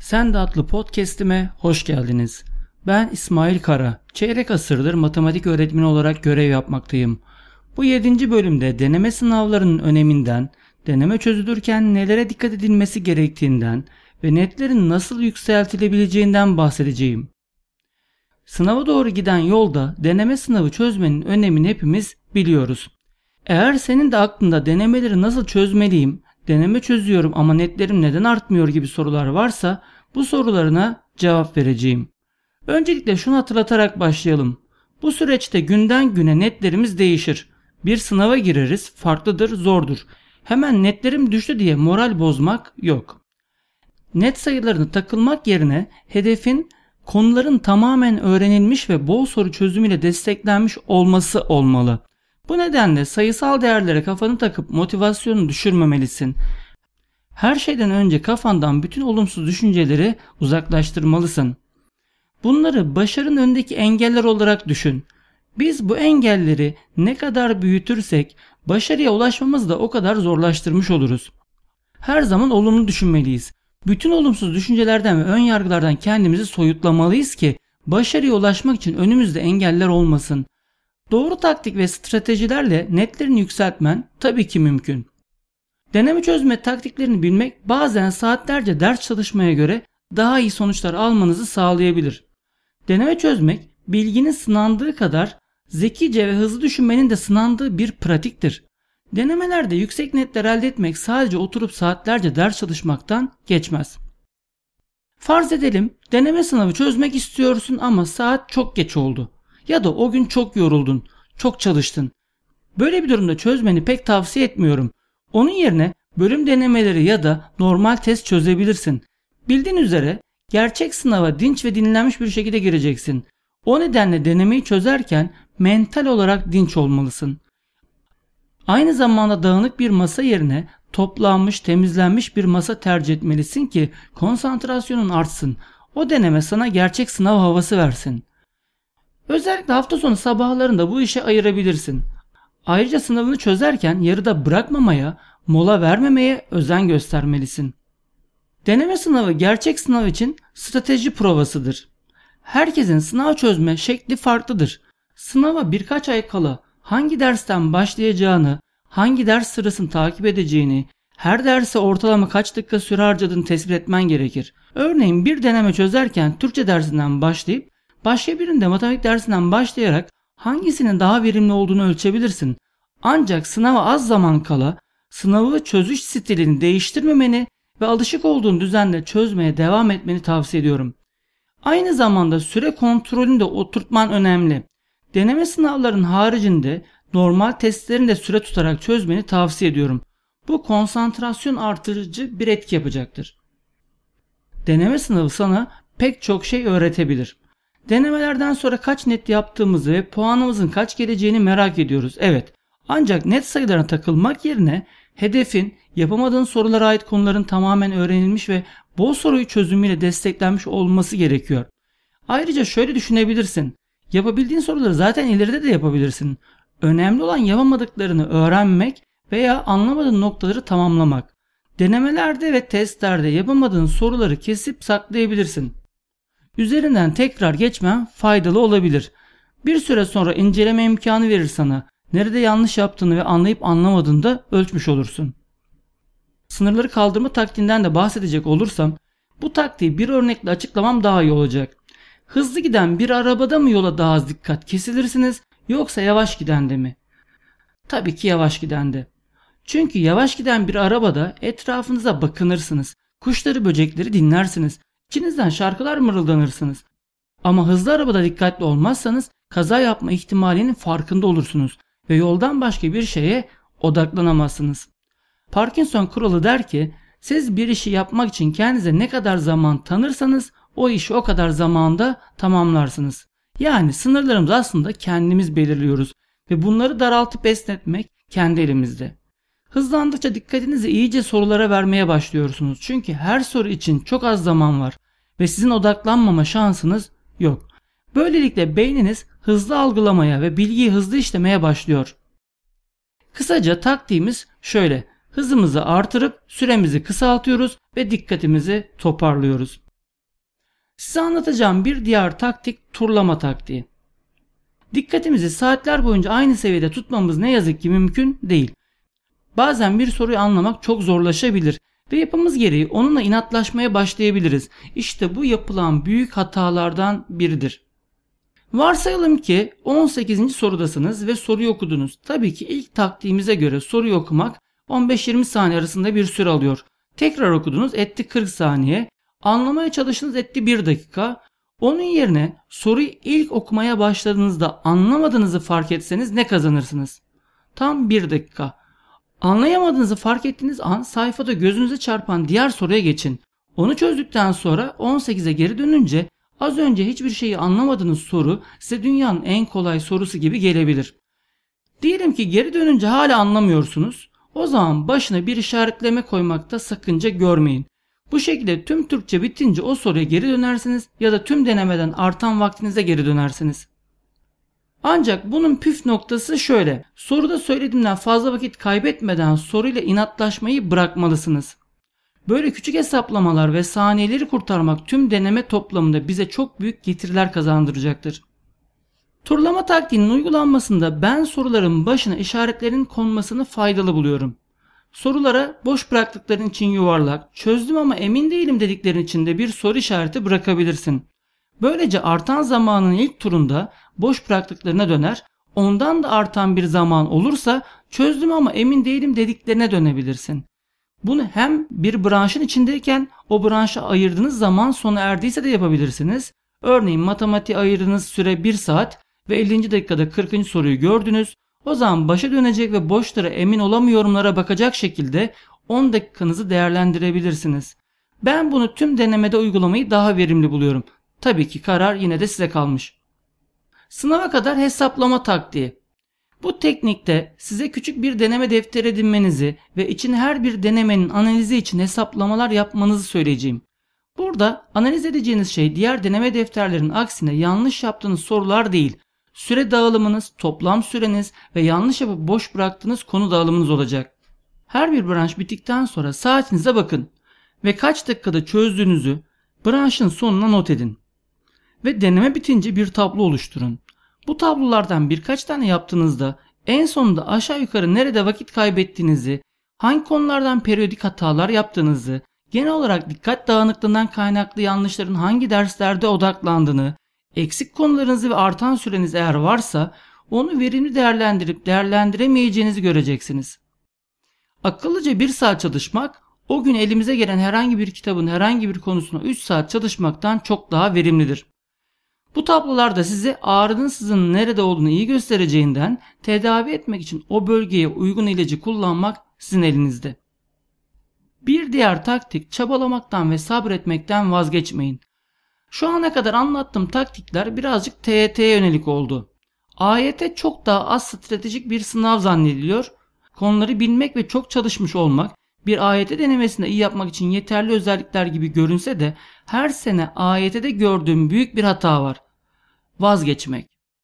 Sen de adlı podcast'ime hoş geldiniz. Ben İsmail Kara. Çeyrek asırdır matematik öğretmeni olarak görev yapmaktayım. Bu 7. bölümde deneme sınavlarının öneminden, deneme çözülürken nelere dikkat edilmesi gerektiğinden ve netlerin nasıl yükseltilebileceğinden bahsedeceğim. Sınava doğru giden yolda deneme sınavı çözmenin önemini hepimiz biliyoruz. Eğer senin de aklında denemeleri nasıl çözmeliyim, deneme çözüyorum ama netlerim neden artmıyor gibi sorular varsa bu sorularına cevap vereceğim. Öncelikle şunu hatırlatarak başlayalım. Bu süreçte günden güne netlerimiz değişir. Bir sınava gireriz, farklıdır, zordur. Hemen netlerim düştü diye moral bozmak yok. Net sayılarını takılmak yerine hedefin konuların tamamen öğrenilmiş ve bol soru çözümüyle desteklenmiş olması olmalı. Bu nedenle sayısal değerlere kafanı takıp motivasyonunu düşürmemelisin. Her şeyden önce kafandan bütün olumsuz düşünceleri uzaklaştırmalısın. Bunları başarının önündeki engeller olarak düşün. Biz bu engelleri ne kadar büyütürsek başarıya ulaşmamızı da o kadar zorlaştırmış oluruz. Her zaman olumlu düşünmeliyiz. Bütün olumsuz düşüncelerden ve ön yargılardan kendimizi soyutlamalıyız ki başarıya ulaşmak için önümüzde engeller olmasın. Doğru taktik ve stratejilerle netlerini yükseltmen tabii ki mümkün. Deneme çözme taktiklerini bilmek bazen saatlerce ders çalışmaya göre daha iyi sonuçlar almanızı sağlayabilir. Deneme çözmek bilginin sınandığı kadar zekice ve hızlı düşünmenin de sınandığı bir pratiktir. Denemelerde yüksek netler elde etmek sadece oturup saatlerce ders çalışmaktan geçmez. Farz edelim deneme sınavı çözmek istiyorsun ama saat çok geç oldu. Ya da o gün çok yoruldun, çok çalıştın. Böyle bir durumda çözmeni pek tavsiye etmiyorum. Onun yerine bölüm denemeleri ya da normal test çözebilirsin. Bildiğin üzere gerçek sınava dinç ve dinlenmiş bir şekilde gireceksin. O nedenle denemeyi çözerken mental olarak dinç olmalısın. Aynı zamanda dağınık bir masa yerine toplanmış, temizlenmiş bir masa tercih etmelisin ki konsantrasyonun artsın. O deneme sana gerçek sınav havası versin. Özellikle hafta sonu sabahlarında bu işe ayırabilirsin. Ayrıca sınavını çözerken yarıda bırakmamaya, mola vermemeye özen göstermelisin. Deneme sınavı gerçek sınav için strateji provasıdır. Herkesin sınav çözme şekli farklıdır. Sınava birkaç ay kala hangi dersten başlayacağını, hangi ders sırasını takip edeceğini, her derse ortalama kaç dakika süre harcadığını tespit etmen gerekir. Örneğin bir deneme çözerken Türkçe dersinden başlayıp başka birinde matematik dersinden başlayarak hangisinin daha verimli olduğunu ölçebilirsin. Ancak sınava az zaman kala sınavı çözüş stilini değiştirmemeni ve alışık olduğun düzenle çözmeye devam etmeni tavsiye ediyorum. Aynı zamanda süre kontrolünü de oturtman önemli. Deneme sınavlarının haricinde normal testlerini de süre tutarak çözmeni tavsiye ediyorum. Bu konsantrasyon artırıcı bir etki yapacaktır. Deneme sınavı sana pek çok şey öğretebilir. Denemelerden sonra kaç net yaptığımızı ve puanımızın kaç geleceğini merak ediyoruz. Evet, ancak net sayılarına takılmak yerine hedefin yapamadığın sorulara ait konuların tamamen öğrenilmiş ve bol soruyu çözümüyle desteklenmiş olması gerekiyor. Ayrıca şöyle düşünebilirsin. Yapabildiğin soruları zaten ileride de yapabilirsin. Önemli olan yapamadıklarını öğrenmek veya anlamadığın noktaları tamamlamak. Denemelerde ve testlerde yapamadığın soruları kesip saklayabilirsin. Üzerinden tekrar geçmen faydalı olabilir. Bir süre sonra inceleme imkanı verir sana. Nerede yanlış yaptığını ve anlayıp anlamadığını da ölçmüş olursun. Sınırları kaldırma taktiğinden de bahsedecek olursam bu taktiği bir örnekle açıklamam daha iyi olacak. Hızlı giden bir arabada mı yola daha az dikkat kesilirsiniz yoksa yavaş gidende mi? Tabii ki yavaş gidende. Çünkü yavaş giden bir arabada etrafınıza bakınırsınız. Kuşları böcekleri dinlersiniz. İçinizden şarkılar mırıldanırsınız. Ama hızlı arabada dikkatli olmazsanız kaza yapma ihtimalinin farkında olursunuz ve yoldan başka bir şeye odaklanamazsınız. Parkinson kuralı der ki siz bir işi yapmak için kendinize ne kadar zaman tanırsanız o işi o kadar zamanda tamamlarsınız. Yani sınırlarımızı aslında kendimiz belirliyoruz ve bunları daraltıp esnetmek kendi elimizde. Hızlandıkça dikkatinizi iyice sorulara vermeye başlıyorsunuz. Çünkü her soru için çok az zaman var ve sizin odaklanmama şansınız yok. Böylelikle beyniniz hızlı algılamaya ve bilgiyi hızlı işlemeye başlıyor. Kısaca taktiğimiz şöyle: hızımızı artırıp süremizi kısaltıyoruz ve dikkatimizi toparlıyoruz. Size anlatacağım bir diğer taktik turlama taktiği. Dikkatimizi saatler boyunca aynı seviyede tutmamız ne yazık ki mümkün değil. Bazen bir soruyu anlamak çok zorlaşabilir ve yapımız gereği onunla inatlaşmaya başlayabiliriz. İşte bu yapılan büyük hatalardan biridir. Varsayalım ki 18. sorudasınız ve soruyu okudunuz. Tabii ki ilk taktiğimize göre soruyu okumak 15-20 saniye arasında bir süre alıyor. Tekrar okudunuz, etti 40 saniye. Anlamaya çalıştınız, etti 1 dakika. Onun yerine soruyu ilk okumaya başladığınızda anlamadığınızı fark etseniz ne kazanırsınız? Tam 1 dakika. Anlayamadığınızı fark ettiğiniz an sayfada gözünüze çarpan diğer soruya geçin. Onu çözdükten sonra 18'e geri dönünce az önce hiçbir şeyi anlamadığınız soru size dünyanın en kolay sorusu gibi gelebilir. Diyelim ki geri dönünce hala anlamıyorsunuz. O zaman başına bir işaretleme koymakta sakınca görmeyin. Bu şekilde tüm Türkçe bitince o soruya geri dönersiniz ya da tüm denemeden artan vaktinize geri dönersiniz. Ancak bunun püf noktası şöyle. Soruda söylediğimden fazla vakit kaybetmeden soruyla inatlaşmayı bırakmalısınız. Böyle küçük hesaplamalar ve saniyeleri kurtarmak tüm deneme toplamında bize çok büyük getiriler kazandıracaktır. Turlama taktiğinin uygulanmasında ben soruların başına işaretlerin konmasını faydalı buluyorum. Sorulara boş bıraktıkların için yuvarlak, çözdüm ama emin değilim dediklerin için de bir soru işareti bırakabilirsin. Böylece artan zamanın ilk turunda boş bıraktıklarına döner, ondan da artan bir zaman olursa çözdüm ama emin değilim dediklerine dönebilirsin. Bunu hem bir branşın içindeyken o branşa ayırdığınız zaman sona erdiyse de yapabilirsiniz. Örneğin matematiğe ayırdığınız süre 1 saat ve 50. dakikada 40. soruyu gördünüz. O zaman başa dönecek ve boşlara emin olamıyorumlara bakacak şekilde 10 dakikanızı değerlendirebilirsiniz. Ben bunu tüm denemede uygulamayı daha verimli buluyorum. Tabii ki karar yine de size kalmış. Sınava kadar hesaplama taktiği. Bu teknikte size küçük bir deneme defteri edinmenizi ve içine her bir denemenin analizi için hesaplamalar yapmanızı söyleyeceğim. Burada analiz edeceğiniz şey diğer deneme defterlerinin aksine yanlış yaptığınız sorular değil, süre dağılımınız, toplam süreniz ve yanlış yapıp boş bıraktığınız konu dağılımınız olacak. Her bir branş bittikten sonra saatinize bakın ve kaç dakikada çözdüğünüzü branşın sonuna not edin. Ve deneme bitince bir tablo oluşturun. Bu tablolardan birkaç tane yaptığınızda en sonunda aşağı yukarı nerede vakit kaybettiğinizi, hangi konulardan periyodik hatalar yaptığınızı, genel olarak dikkat dağınıklığından kaynaklı yanlışların hangi derslerde odaklandığını, eksik konularınızı ve artan süreniz eğer varsa onu verimli değerlendirip değerlendiremeyeceğinizi göreceksiniz. Akıllıca 1 saat çalışmak o gün elimize gelen herhangi bir kitabın herhangi bir konusuna 3 saat çalışmaktan çok daha verimlidir. Bu tablolarda size ağrının sızının nerede olduğunu iyi göstereceğinden tedavi etmek için o bölgeye uygun ilacı kullanmak sizin elinizde. Bir diğer taktik çabalamaktan ve sabretmekten vazgeçmeyin. Şu ana kadar anlattığım taktikler birazcık TYT'ye yönelik oldu. AYT çok daha az stratejik bir sınav zannediliyor. Konuları bilmek ve çok çalışmış olmak bir AYT denemesinde iyi yapmak için yeterli özellikler gibi görünse de her sene AYT'de gördüğüm büyük bir hata var. Vazgeçmek.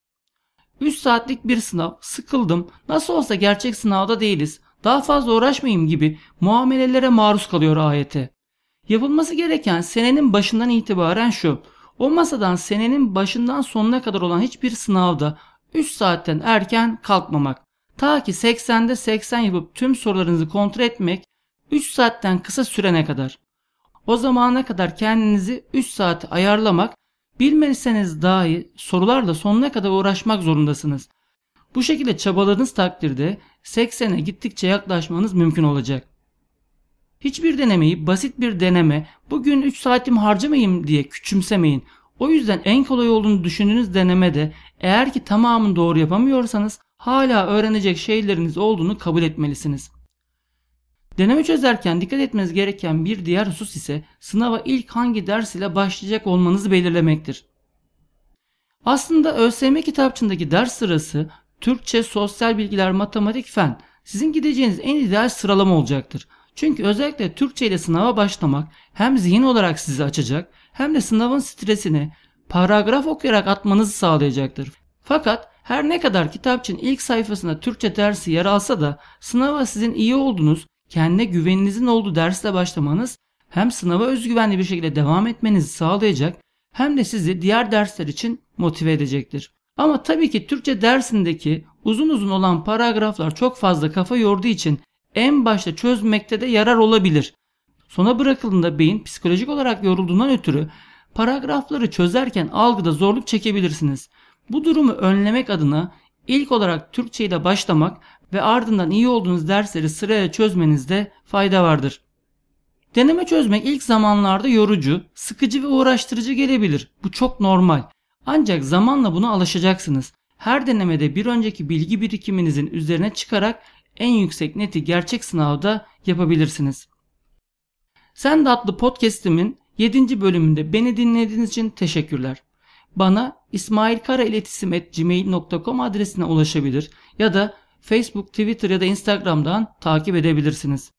3 saatlik bir sınav, sıkıldım, nasıl olsa gerçek sınavda değiliz, daha fazla uğraşmayayım gibi muamelelere maruz kalıyor AYT. Yapılması gereken senenin başından itibaren şu: o masadan senenin başından sonuna kadar olan hiçbir sınavda 3 saatten erken kalkmamak. Ta ki 80'de 80 yapıp tüm sorularınızı kontrol etmek 3 saatten kısa sürene kadar. O zamana kadar kendinizi 3 saate ayarlamak, bilmezseniz dahi sorularla sonuna kadar uğraşmak zorundasınız. Bu şekilde çabaladığınız takdirde 80'e gittikçe yaklaşmanız mümkün olacak. Hiçbir denemeyi basit bir deneme, bugün 3 saatimi harcamayayım diye küçümsemeyin. O yüzden en kolay olduğunu düşündüğünüz denemede eğer ki tamamını doğru yapamıyorsanız hala öğrenecek şeyleriniz olduğunu kabul etmelisiniz. Deneme çözerken dikkat etmeniz gereken bir diğer husus ise sınava ilk hangi ders ile başlayacak olmanızı belirlemektir. Aslında ÖSYM kitapçığındaki ders sırası Türkçe, sosyal bilgiler, matematik, fen sizin gideceğiniz en ideal sıralama olacaktır. Çünkü özellikle Türkçe ile sınava başlamak hem zihin olarak sizi açacak hem de sınavın stresini paragraf okuyarak atmanızı sağlayacaktır. Fakat her ne kadar kitapçığın ilk sayfasında Türkçe dersi yer alsa da sınava sizin iyi olduğunuz, kendine güveninizin olduğu dersle başlamanız hem sınava özgüvenli bir şekilde devam etmenizi sağlayacak hem de sizi diğer dersler için motive edecektir. Ama tabii ki Türkçe dersindeki uzun uzun olan paragraflar çok fazla kafa yorduğu için en başta çözmekte de yarar olabilir. Sona bırakıldığında beyin psikolojik olarak yorulduğundan ötürü paragrafları çözerken algıda zorluk çekebilirsiniz. Bu durumu önlemek adına ilk olarak Türkçe ile başlamak ve ardından iyi olduğunuz dersleri sıraya çözmenizde fayda vardır. Deneme çözmek ilk zamanlarda yorucu, sıkıcı ve uğraştırıcı gelebilir. Bu çok normal. Ancak zamanla buna alışacaksınız. Her denemede bir önceki bilgi birikiminizin üzerine çıkarak en yüksek neti gerçek sınavda yapabilirsiniz. Sen de adlı podcast'imin 7. bölümünde beni dinlediğiniz için teşekkürler. Bana ismailkarailetişim@gmail.com adresine ulaşabilir ya da Facebook, Twitter ya da Instagram'dan takip edebilirsiniz.